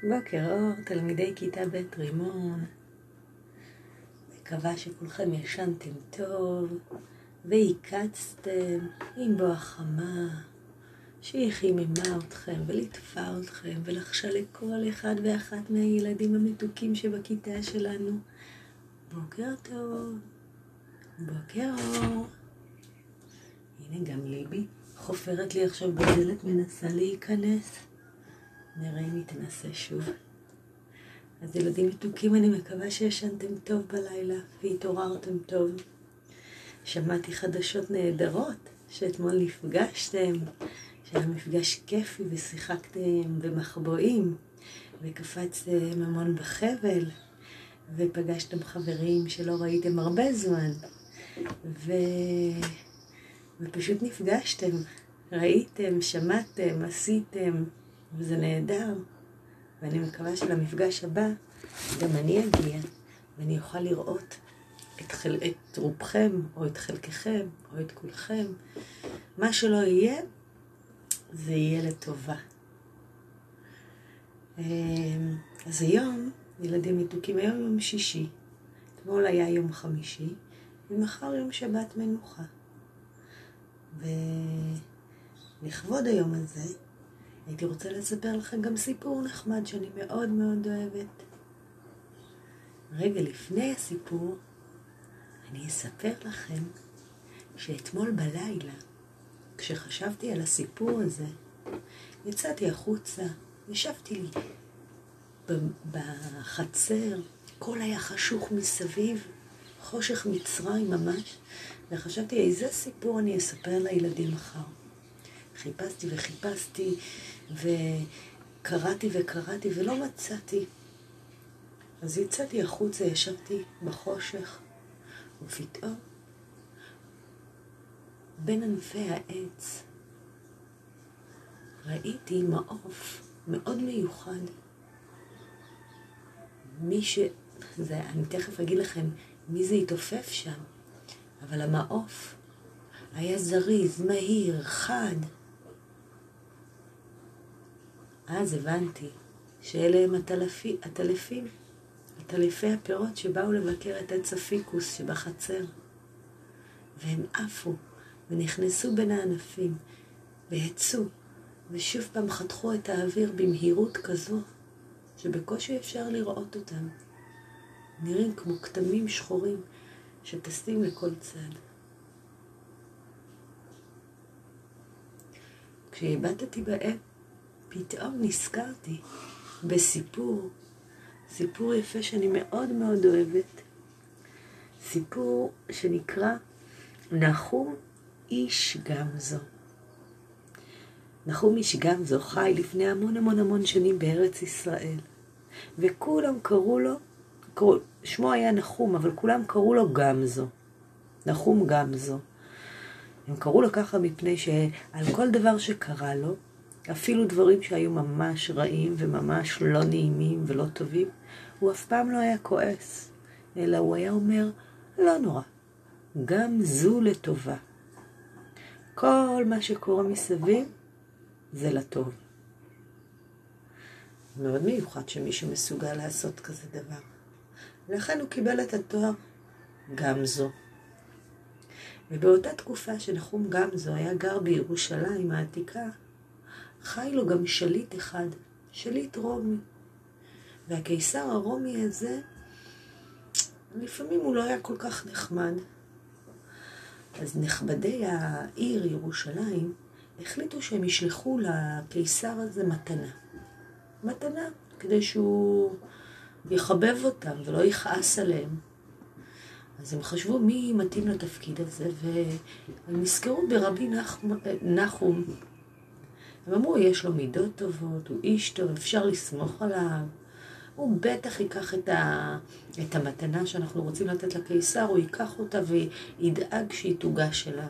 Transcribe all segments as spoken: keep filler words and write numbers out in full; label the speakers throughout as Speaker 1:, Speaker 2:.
Speaker 1: בוקר אור, תלמידי כיתה ב' רימון. מקווה שכולכם ישנתם טוב והיקצתם עם בוא החמה שהיא חיממה אתכם וליטפה אתכם ולחשה לכל אחד ואחת מהילדים המתוקים שבכיתה שלנו בוקר טוב, בוקר אור. הנה גם ליבי חופרת לי עכשיו בדלת, מנסה להיכנס. נראה אם היא תנסה שוב. אז ילדים מתוקים, אני מקווה שישנתם טוב בלילה והתעוררתם טוב. שמעתי חדשות נהדרות שאתמול נפגשתם, שהיה מפגש כיפי ושיחקתם במחבואים וקפצתם המון בחבל ופגשתם חברים שלא ראיתם הרבה זמן ו... ופשוט נפגשתם, ראיתם, שמעתם, עשיתם, וזה נהדר. ואני מקווה שלמפגש הבא גם אני אגיע ואני אוכל לראות את, חל... את רובכם או את חלקכם או את כולכם. מה שלא יהיה זה יהיה לטובה. אז היום ילדים מתוקים, היום יום שישי, אתמול היה יום חמישי ומחר יום שבת מנוחה. ולכבוד היום הזה הייתי רוצה לספר לכם גם סיפור נחמד שאני מאוד מאוד אוהבת. רגע לפני הסיפור אני אספר לכם שאתמול בלילה כשחשבתי על הסיפור הזה יצאתי החוצה, ישבתי לי בחצר, כל היה חשוך מסביב, חושך מצרים ממש, וחשבתי איזה סיפור אני אספר לילדים מחר. חיפשתי וחיפשתי וקראתי וקראתי ולא מצאתי. אז יצאתי החוצה, ישבתי בחושך, ופתאום בין ענפי העץ ראיתי מעוף מאוד מיוחד. מי ש... זה, אני תכף אגיד לכם מי זה התעופף שם, אבל המעוף היה זריז, מהיר, חד. אז הבנתי שאלה הם הטלפי, הטלפים, הטלפי הפירות שבאו לבקר את עץ הפיקוס שבחצר. והם עפו ונכנסו בין הענפים ויצאו ושוב פעם חתכו את האוויר במהירות כזו שבקושי אפשר לראות אותם. נראים כמו כתמים שחורים שטסים לכל צד. כשהבטתי בעת פתאום נזכרתי בסיפור, סיפור יפה שאני מאוד מאוד אוהבת. סיפור שנקרא נחום איש גמזו. נחום איש גמזו חי לפני המון המון המון שנים בארץ ישראל. וכולם קראו לו, קראו, שמו היה נחום, אבל כולם קראו לו גמזו. נחום גמזו. הם קראו לו ככה מפני שעל כל דבר שקרה לו, אפילו דברים שהיו ממש רעים וממש לא נעימים ולא טובים, הוא אף פעם לא היה כועס, אלא הוא היה אומר, לא נורא, גם זו לטובה. כל מה שקורה מסביב זה לטוב. מאוד מיוחד שמישהו מסוגל לעשות כזה דבר. לכן הוא קיבל את התואר גמזו. ובאותה תקופה שנחום גמזו היה גר בירושלים העתיקה, חי לו גם שליט אחד, שליט רומי. והקיסר הרומי הזה, לפעמים הוא לא היה כל כך נחמד. אז נכבדי העיר ירושלים החליטו שהם ישלחו לקיסר הזה מתנה. מתנה, כדי שהוא יחבב אותם ולא יכעס עליהם. אז הם חשבו מי מתאים לתפקיד הזה, והם נזכרו ברבי נחום. הם אמרו, יש לו מידות טובות, הוא איש טוב, אפשר לסמוך עליו. הוא בטח ייקח את, ה... את המתנה שאנחנו רוצים לתת לקיסר, הוא ייקח אותה וידאג שהיא תוגש אליו.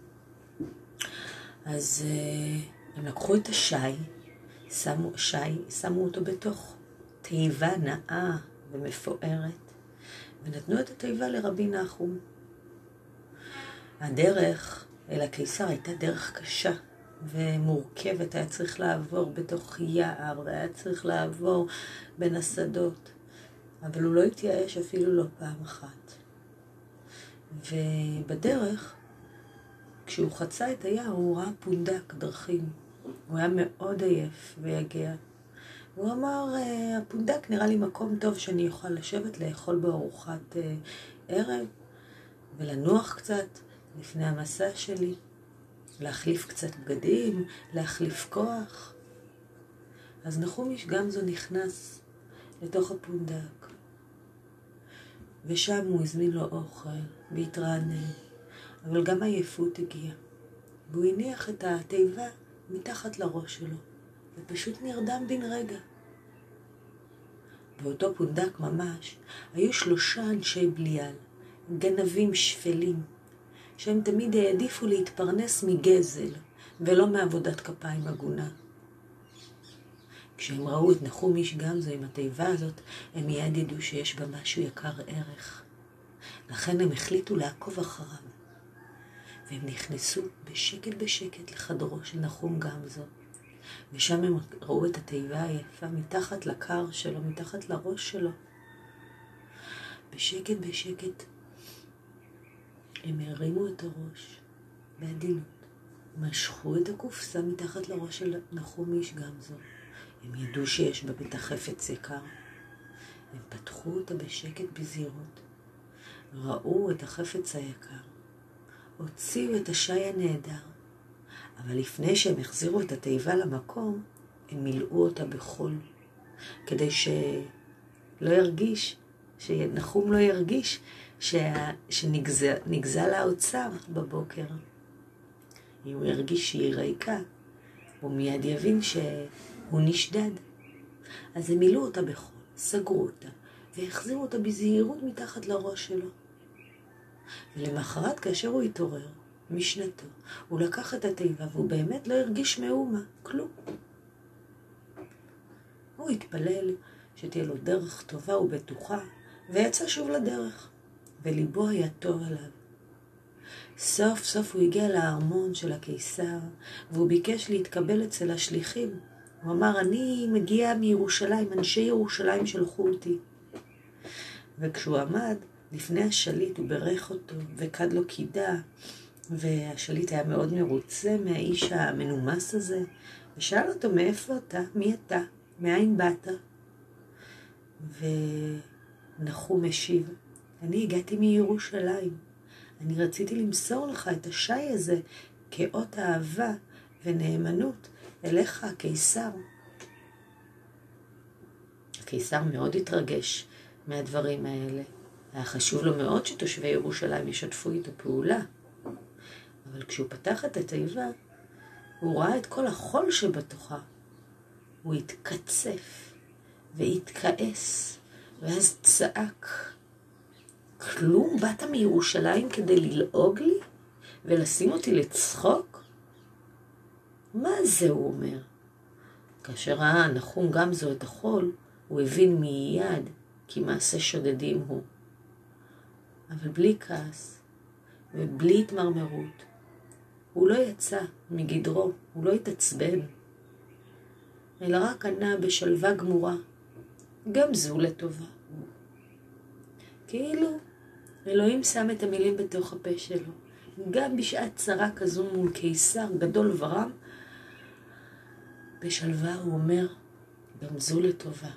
Speaker 1: אז הם לקחו את השי, שמו, שי, שמו אותו בתוך תיבה נאה ומפוארת, ונתנו את התיבה לרבי נחום. הדרך אל הקיסר הייתה דרך קשה, ומורכבת, היה צריך לעבור בתוך יער, והיה צריך לעבור בין השדות, אבל הוא לא התייאש אפילו לא פעם אחת. ובדרך, כשהוא חצה את היער, הוא ראה פונדק דרכים. הוא היה מאוד עייף ויגע. הוא אמר, הפונדק נראה לי מקום טוב שאני אוכל לשבת לאכול בארוחת ערב, ולנוח קצת לפני המסע שלי, להחליף קצת בגדים, להחליף כוח. אז נחום איש גמזו נכנס לתוך הפונדק, ושם הוא הזמין לו אוכל והתרענן, אבל גם עייפות הגיעה. והוא הניח את התיבה מתחת לראש שלו, ופשוט נרדם בן רגע. באותו פונדק ממש היו שלושה אנשי בליעל, גנבים שפלים, שהם תמיד העדיפו להתפרנס מגזל ולא מעבודת כפיים הגונה. כשהם ראו את נחום איש גמזו עם התיבה הזאת, הם מיד ידעו שיש בה משהו יקר ערך. לכן הם החליטו לעקוב אחריו, והם נכנסו בשקט בשקט לחדרו של נחום גמזו, ושם הם ראו את התיבה היפה מתחת לקר שלו, מתחת לראש שלו. בשקט בשקט הם הרימו את הראש בעדינות, משכו את הקופסה מתחת לראש של נחום איש גמזו. הם ידעו שיש בה בטח חפץ יקר. הם פתחו אותה בשקט בזהירות, ראו את החפץ היקר, הוציאו את השי הנהדר, אבל לפני שהם החזירו את התיבה למקום, הם מילאו אותה בחול, כדי שלא ירגיש, שנחום לא ירגיש שה... שנגזל האוצר בבוקר. אם הוא ירגיש שהיא ריקה, הוא מיד יבין שהוא נשדד. אז הם מילאו אותה בחול, סגרו אותה, והחזירו אותה בזהירות מתחת לראש שלו. ולמחרת כאשר הוא התעורר משנתו, הוא לקח את התיבה והוא באמת לא הרגיש מאומה, כלום. הוא התפלל שתהיה לו דרך טובה ובטוחה, ויצא שוב לדרך, וליבו היה טוב עליו. סוף סוף הוא הגיע לארמון של הקיסר, והוא ביקש להתקבל אצל השליחים. הוא אמר, אני מגיע מירושלים, אנשי ירושלים שלחו אותי. וכשהוא עמד לפני השליט, הוא ברך אותו, וקד לו קידה, והשליט היה מאוד מרוצה מהאיש המנומס הזה, ושאל אותו, מאיפה אתה? מי אתה? מאין באת? ונחום משיב, אני הגעתי מירושלים. אני רציתי למסור לך את השי הזה כאות אהבה ונאמנות אליך, הקיסר. הקיסר מאוד התרגש מהדברים האלה. היה חשוב לו מאוד שתושבי ירושלים ישתפו איתו פעולה. אבל כשהוא פתח את התיבה, הוא ראה את כל החול שבתוכה. הוא התקצף והתכעס, ואז צעק, כלום באת מירושלים כדי ללעוג לי ולשים אותי לצחוק? מה זה, הוא אומר. כאשר ראה נחום גמזו את החול, הוא הבין מיד כי מעשה שודדים הוא. אבל בלי כעס ובלי התמרמרות, הוא לא יצא מגדרו, הוא לא התעצבן, אלא רק ענה בשלווה גמורה, גם זו לטובה. כאילו אלוהים שם את המילים בתוך הפה שלו. גם בשעת צרה כזו מול קיסר גדול ורם, בשלווה הוא אומר, גם זו לטובה.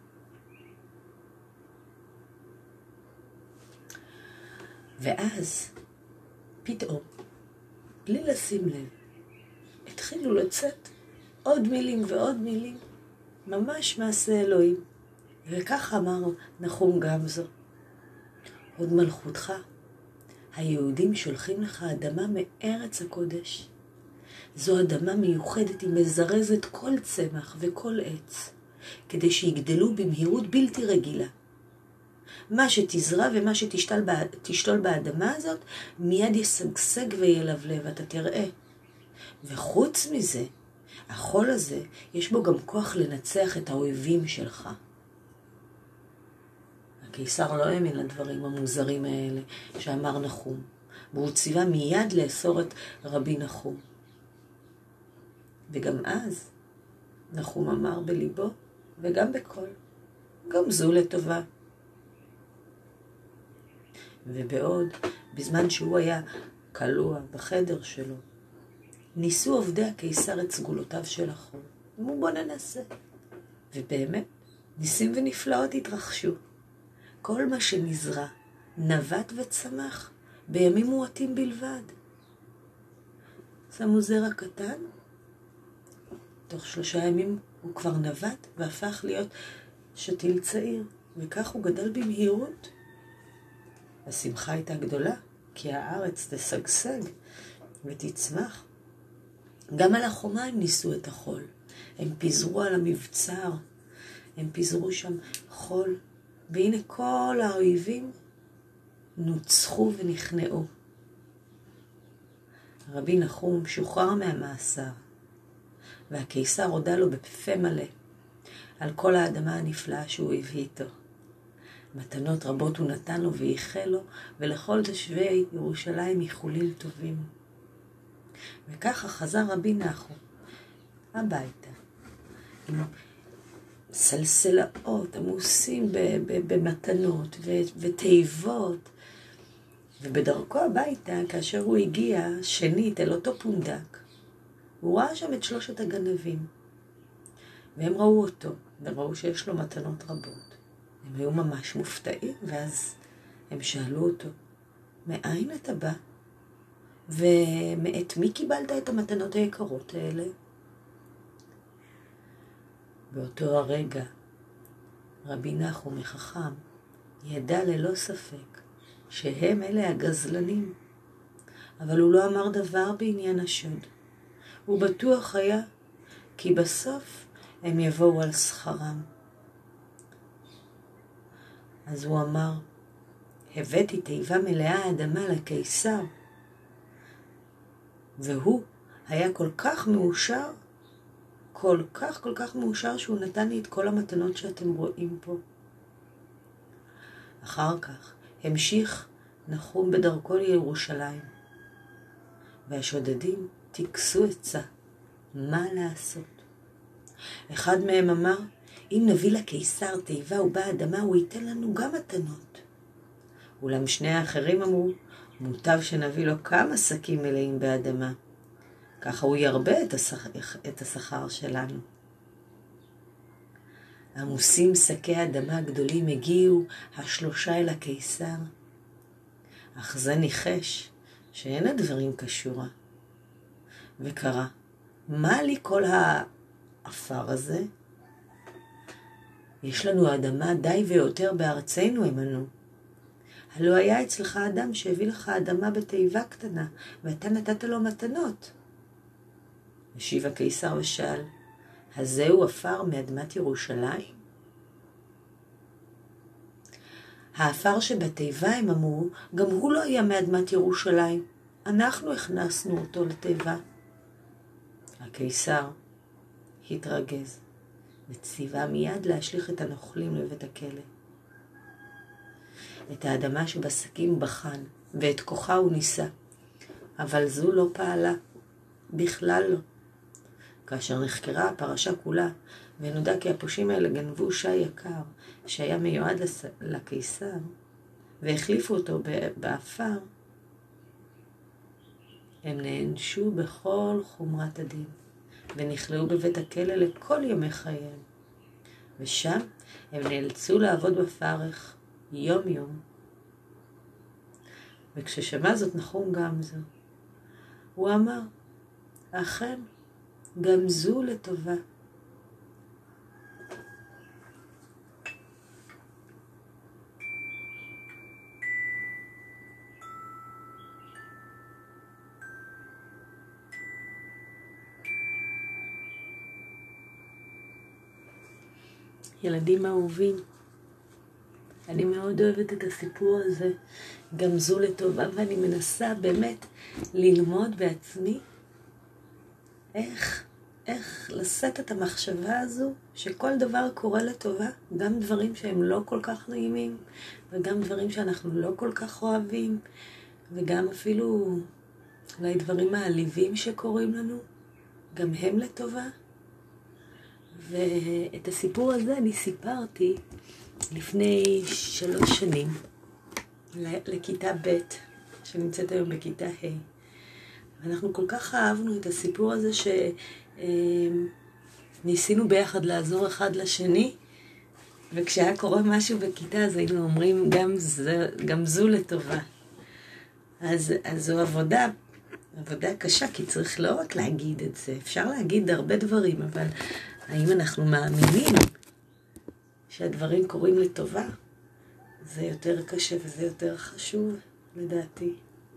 Speaker 1: ואז, פתאום, בלי לשים לב, התחילו לצאת עוד מילים ועוד מילים, ממש מעשה אלוהים. וכך אמר נחום גמזו, עוד מלכותך, היהודים שולחים לך אדמה מארץ הקודש. זו אדמה מיוחדת, היא מזרזת כל צמח וכל עץ, כדי שיגדלו במהירות בלתי רגילה. מה שתזרע ומה שתשתול באדמה הזאת, מיד ישגשג וילבלב, אתה תראה. וחוץ מזה, החול הזה, יש בו גם כוח לנצח את האויבים שלך. הקיסר לא האמין לדברים המוזרים האלה שאמר נחום, והוא ציווה מיד לאסור את רבי נחום. וגם אז נחום אמר בליבו וגם בקול, גם זו לטובה. ובעוד, בזמן שהוא היה קלוע בחדר שלו, ניסו עובדי הקיסר את סגולותיו של החול. אמרו בוא ננסה. ובאמת, ניסים ונפלאות התרחשו. כל מה שנזרע, נבט וצמח, בימים מועטים בלבד. שמו זרע קטן, תוך שלושה ימים הוא כבר נבט והפך להיות שתיל צעיר, וכך הוא גדל במהירות. השמחה הייתה גדולה, כי הארץ תשגשג ותצמח. גם על החומה הם ניסו את החול. הם פיזרו על המבצר, הם פיזרו שם חול, והנה כל האויבים נוצחו ונכנעו. רבי נחום שוחרר מהמאסר, והקיסר הודה לו בפה מלא על כל האדמה הנפלאה שהוא הביא איתו. מתנות רבות הוא נתן לו וייחל לו, ולכל תושבי ירושלים איחולים טובים. וככה חזר רבי נחום הביתה, עם סלסלאות עמוסים במתנות ותיבות, ובדרכו הביתה, כאשר הוא הגיע שנית אל אותו פונדק, הוא ראה שם את שלושת הגנבים, והם ראו אותו, והם ראו שיש לו מתנות רבות. הם היו ממש מופתעים, ואז הם שאלו אותו, מאין אתה בא? ומאת מי קיבלת את המתנות היקרות האלה? באותו הרגע, רבי נחום החכם ידע ללא ספק שהם אלה הגזלנים, אבל הוא לא אמר דבר בעניין השוד. הוא בטוח היה כי בסוף הם יבואו על שכרם. אז הוא אמר, הבאתי תיבה מלאה אדמה לקיסר, והוא היה כל כך מאושר, כל כך כל כך מאושר שהוא נתן לי את כל המתנות שאתם רואים פה. אחר כך המשיך נחום בדרכו לירושלים, והשודדים תיקסו עצה מה לעשות. אחד מהם אמר, אם נביא לקיסר תיבה ובאדמה הוא ייתן לנו גם מתנות. אולם שני האחרים אמרו, מוטב שנביא לו כמה שקים מלאים באדמה, ככה הוא ירבה את השכר, את השכר שלנו. עמוסים שקי אדמה גדולים הגיעו השלושה אל הקיסר, אך זה ניחש שאין הדברים כשורה, וקרא, מה לי כל האפר הזה? יש לנו אדמה די ויותר בארצנו, הם ענו. הלא היה אצלך אדם שהביא לך אדמה בתיבה קטנה, ואתה נתת לו מתנות. השיב הקיסר ושאל, הזהו עפר מאדמת ירושלים? האפר שבתיבה, הם אמרו, גם הוא לא היה מאדמת ירושלים. אנחנו הכנסנו אותו לתיבה. הקיסר התרגז, וציווה מיד להשליך את הנוכלים לבית הכלא. את האדמה שבשקים בחן, ואת כוחה הוא ניסה, אבל זו לא פעלה, בכלל לא. כאשר נחקרה הפרשה כולה, ונודע כי הפושעים האלה גנבו שי יקר, שהיה מיועד לקיסר, והחליפו אותו באפר, הם נענשו בכל חומרת הדין, ונכלאו בבית הכלא לכל ימי חייהם. ושם הם נאלצו לעבוד בפרך יום יום. וכששמע זאת נחום גמזו, הוא אמר, אכן, גם זו לטובה. ילדים אהובים, אני מאוד אוהבת את הסיפור הזה, גם זו לטובה, ואני מנסה באמת ללמוד בעצמי איך, איך לשאת את המחשבה הזו, שכל דבר קורה לטובה, גם דברים שהם לא כל כך נעימים, וגם דברים שאנחנו לא כל כך אוהבים, וגם אפילו אולי דברים מעליבים שקורים לנו, גם הם לטובה. ואת הסיפור הזה אני סיפרתי לפני שלוש שנים לכיתה ב' שנמצאת היום בכיתה ה'. ואנחנו כל כך אהבנו את הסיפור הזה שניסינו ביחד לעזור אחד לשני, וכשהיה קורה משהו בכיתה אז היינו אומרים גם, זה, גם זו לטובה. אז, אז זו עבודה, עבודה קשה, כי צריך לא רק להגיד את זה, אפשר להגיד הרבה דברים, אבל האם אנחנו מאמינים שהדברים קורים לטובה? זה יותר קשה וזה יותר חשוב, לדעתי.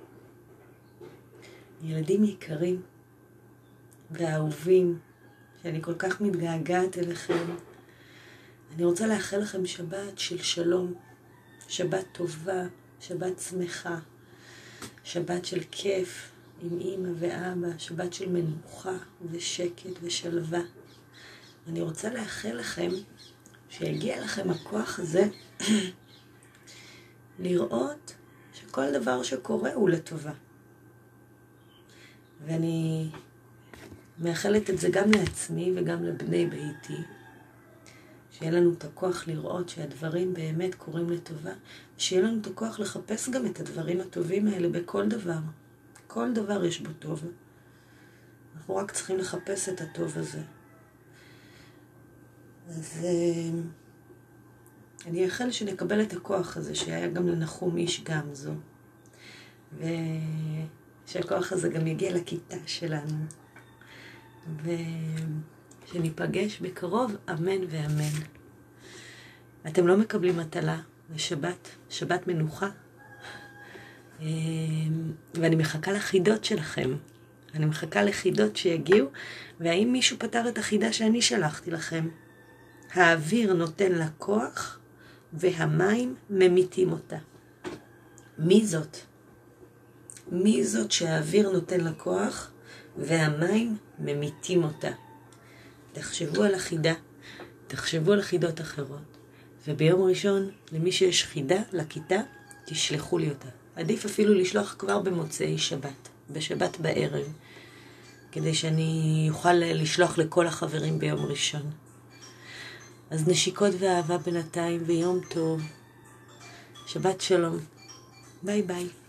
Speaker 1: ילדים יקרים ואהובים, שאני כל כך מתגעגעת אליכם, אני רוצה לאחל לכם שבת של שלום, שבת טובה, שבת שמחה, שבת של כיף עם אמא ואבא, שבת של מנוחה ושקט ושלווה. אני רוצה לאחל לכם שיגיע לכם הכוח הזה לראות שכל דבר שקורה הוא לטובה. ואני מאחלת את זה גם לעצמי וגם לבני ביתי, שיהיה לנו את הכוח לראות שהדברים באמת קורים לטובה, ושיהיה לנו את הכוח לחפש גם את הדברים הטובים האלה בכל דבר. כל דבר יש בו טוב. אנחנו רק צריכים לחפש את הטוב הזה. אז אני אאחל שנקבל את הכוח הזה, שהיה גם לנחום איש גמזו, ושהכוח הזה גם יגיע לכיתה שלנו, ושניפגש בקרוב, אמן ואמן. אתם לא מקבלים מטלה לשבת, שבת מנוחה, ואני מחכה לחידות שלכם. אני מחכה לחידות שיגיעו, והאם מישהו פתר את החידה שאני שלחתי לכם? האוויר נותן לה כוח, והמים ממיתים אותה. מי זאת? מי זאת שהאוויר נותן לה כוח, והמים ממיתים אותה? תחשבו על החידה, תחשבו על חידות אחרות, וביום ראשון, למי שיש חידה לכיתה, תשלחו לי אותה. עדיף אפילו לשלוח כבר במוצאי שבת, בשבת בערב, כדי שאני אוכל לשלוח לכל החברים ביום ראשון. אז נשיקות ואהבה בינתיים, ויום טוב. שבת שלום. ביי ביי.